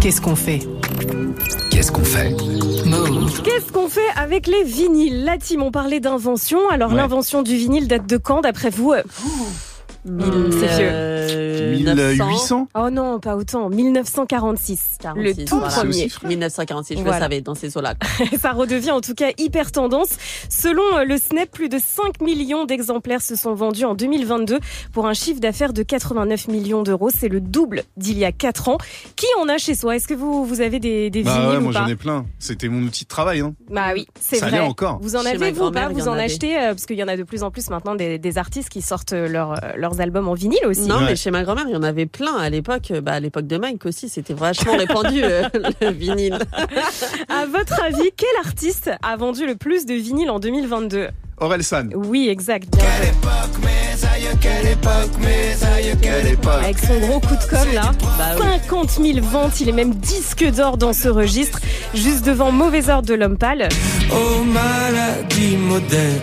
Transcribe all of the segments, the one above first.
Qu'est-ce qu'on fait ? Qu'est-ce qu'on fait ? Move. Qu'est-ce qu'on fait avec les vinyles ? La team, on parlait d'invention. Alors, l'invention du vinyle date de quand, d'après vous ? C'est vieux. 1800. Oh non, pas autant. 1946. 46, le tout voilà. premier. 1946, je Voilà. le savais, dans ces eaux-là. Ça redevient en tout cas hyper tendance. Selon le SNEP, plus de 5 millions d'exemplaires se sont vendus en 2022 pour un chiffre d'affaires de 89 millions d'euros. C'est le double d'il y a 4 ans. Qui en a chez soi ? Est-ce que vous avez des vinyles Ouais, ou moi pas ? j'en ai plein. C'était mon outil de travail. Hein. Bah oui, c'est Ça vrai. l'est encore. Vous en Chez avez ma vous ou pas ? grand-mère, il y Vous en en avait. achetez parce qu'il y en a de plus en plus maintenant des artistes qui sortent leurs albums en vinyle aussi. Non, Ouais. mais chez ma grand-mère, il y en avait plein à l'époque. À l'époque de Mike aussi, c'était vachement répandu, le vinyle. À votre avis, quel artiste a vendu le plus de vinyle en 2022 ? Aurel San. Oui, exact. Bien joué. Avec son gros coup de com' là, Bah oui. 50 000 ventes, il est même disque d'or dans ce registre, juste devant Mauvais ordre de l'Homme pâle. Oh maladie moderne,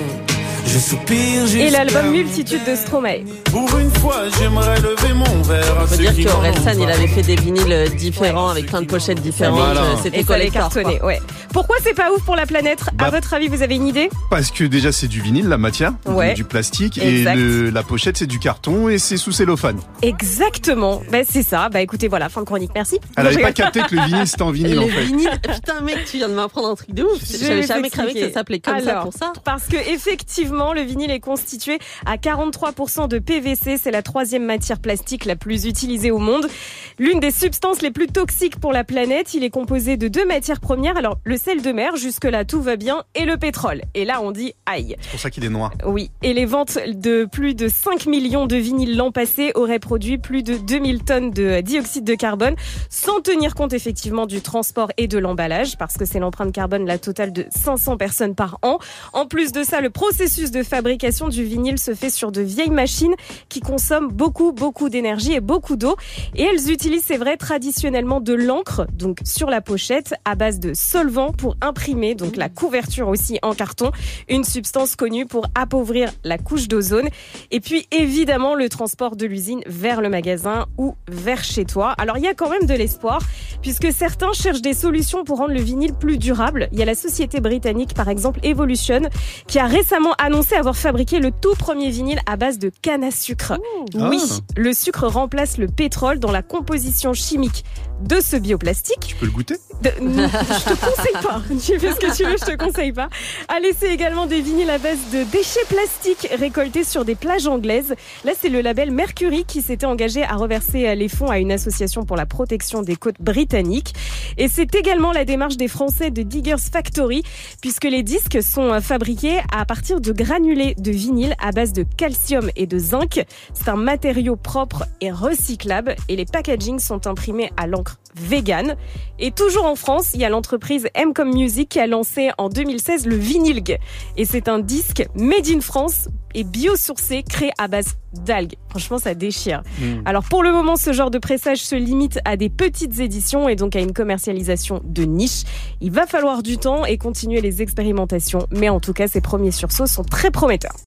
je soupire Et l'album Multitude de Stromae. Pour une fois, j'aimerais lever mon verre à Faut ceux dire qui qu'Aurel San, il n'en ont avait pas. fait des vinyles différents avec plein de pochettes différentes. Voilà. C'était Et ça les collector, cartonné, quoi. ouais. Pourquoi c'est pas ouf pour la planète ? À Bah, votre avis, vous avez une idée ? Parce que déjà c'est du vinyle, la matière, Ouais. du plastique, Exact. et la pochette c'est du carton et c'est sous cellophane. Exactement. C'est ça. Écoutez, voilà, fin de chronique. Merci. Elle avait pas capté que le vinyle c'était en vinyle Le en fait. vinyle, putain mec, tu viens de m'apprendre un truc de ouf. Je J'avais vais jamais cru que t'expliquer. ça s'appelait comme ça Alors, pour ça. Parce que effectivement, le vinyle est constitué à 43% de PVC. C'est la troisième matière plastique la plus utilisée au monde. L'une des substances les plus toxiques pour la planète. Il est composé de 2 matières premières. Alors, le sel de mer, jusque-là, tout va bien. Et le pétrole. Et là, on dit aïe. C'est pour ça qu'il est noir. Oui. Et les ventes de plus de 5 millions de vinyles l'an passé auraient produit plus de 2000 tonnes de dioxyde de carbone, sans tenir compte effectivement du transport et de l'emballage, parce que c'est l'empreinte carbone la totale de 500 personnes par an. En plus de ça, le processus de fabrication du vinyle se fait sur de vieilles machines qui consomment beaucoup d'énergie et beaucoup d'eau. Et elles utilisent, c'est vrai, traditionnellement de l'encre, donc sur la pochette, à base de solvant pour imprimer, donc la couverture aussi en carton, une substance connue pour appauvrir la couche d'ozone. Et puis évidemment le transport de l'usine vers le magasin ou vers chez toi. Alors il y a quand même de l'espoir, puisque certains cherchent des solutions pour rendre le vinyle plus durable. Il y a la société britannique par exemple Evolution qui a récemment annoncé avoir fabriqué le tout premier vinyle à base de canne à sucre. Oui, le sucre remplace le pétrole dans la composition chimique de ce bioplastique. Tu peux le goûter ? Je te conseille pas. Tu fais ce que tu veux, je te conseille pas. À laisser également des vinyles à base de déchets plastiques récoltés sur des plages anglaises. Là, c'est le label Mercury qui s'était engagé à reverser les fonds à une association pour la protection des côtes britanniques. Et c'est également la démarche des Français de Diggers Factory, puisque les disques sont fabriqués à partir de granulés de vinyle à base de calcium et de zinc. C'est un matériau propre et recyclable et les packagings sont imprimés à l'encre vegan. Et toujours en France, il y a l'entreprise M comme Music qui a lancé en 2016 le Vinylg. Et c'est un disque made in France et biosourcé, créé à base d'algues. Franchement, ça déchire. Alors pour le moment, ce genre de pressage se limite à des petites éditions et donc à une commercialisation de niche. Il va falloir du temps et continuer les expérimentations. Mais en tout cas, ces premiers sursauts sont très prometteurs.